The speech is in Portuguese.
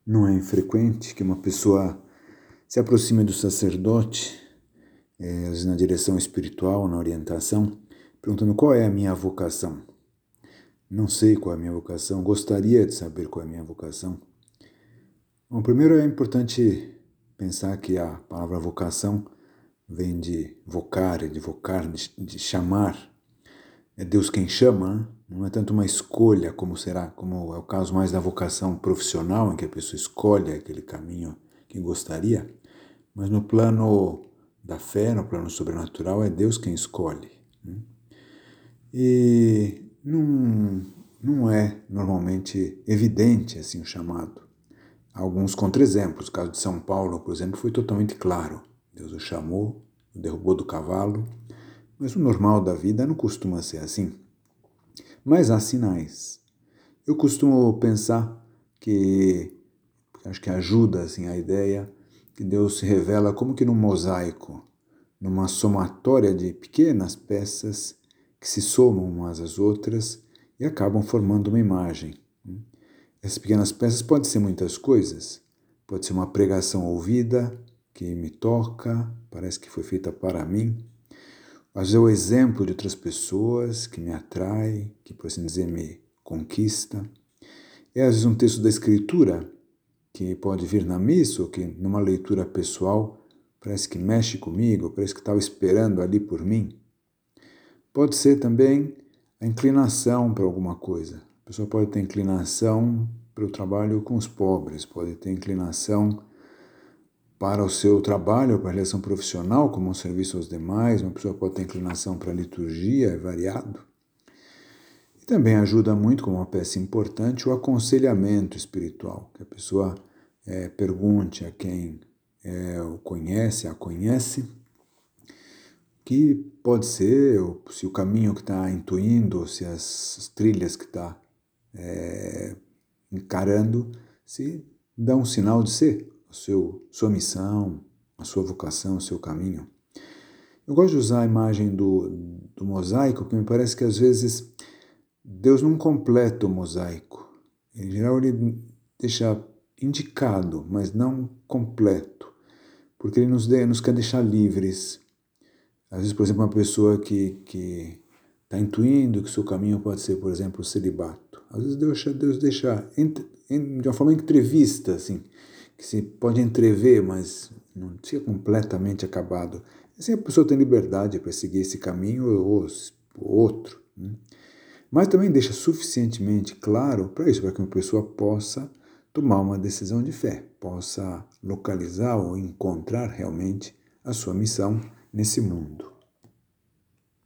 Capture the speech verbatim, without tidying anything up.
Não é infrequente que uma pessoa se aproxime do sacerdote, é, às vezes na direção espiritual, na orientação, perguntando qual é a minha vocação. Não sei qual é a minha vocação, gostaria de saber qual é a minha vocação. Bom, primeiro é importante pensar que a palavra vocação vem de vocare, de vocar, de, de chamar. É Deus quem chama, né? Não é tanto uma escolha como será, como é o caso mais da vocação profissional, em que a pessoa escolhe aquele caminho que gostaria, mas no plano da fé, no plano sobrenatural, é Deus quem escolhe, né? E não, não é normalmente evidente assim o chamado. Há alguns contra-exemplos. O caso de São Paulo, por exemplo, foi totalmente claro. Deus o chamou, o derrubou do cavalo, mas o normal da vida não costuma ser assim. Mas há sinais. Eu costumo pensar que, acho que ajuda assim, a ideia que Deus se revela como que num mosaico, numa somatória de pequenas peças que se somam umas às outras e acabam formando uma imagem. Essas pequenas peças podem ser muitas coisas. Pode ser uma pregação ouvida que me toca, parece que foi feita para mim. Às vezes é o exemplo de outras pessoas que me atrai, que, por assim dizer, me conquista. É às vezes um texto da Escritura que pode vir na missa ou que numa leitura pessoal parece que mexe comigo, parece que estava esperando ali por mim. Pode ser também a inclinação para alguma coisa. A pessoa pode ter inclinação para o trabalho com os pobres, pode ter inclinação para o seu trabalho, para a relação profissional, como um serviço aos demais. Uma pessoa pode ter inclinação para a liturgia, é variado. E também ajuda muito, como uma peça importante, o aconselhamento espiritual, que a pessoa é, pergunte a quem é, o conhece, a conhece, que pode ser, se o caminho que está intuindo, se as trilhas que está é, encarando, se dá um sinal de ser a seu, sua missão, a sua vocação, o seu caminho. Eu gosto de usar a imagem do, do mosaico, porque me parece que às vezes Deus não completa o mosaico. Em geral ele deixa indicado, mas não completo, porque ele nos, de, nos quer deixar livres. Às vezes, por exemplo, uma pessoa que que está intuindo que o seu caminho pode ser, por exemplo, o celibato. Às vezes Deus, Deus deixa de uma forma entrevista, assim, que se pode entrever, mas não fica completamente acabado. Assim a pessoa tem liberdade para seguir esse caminho ou outro, né? Mas também deixa suficientemente claro para isso, para que uma pessoa possa tomar uma decisão de fé, possa localizar ou encontrar realmente a sua missão nesse mundo.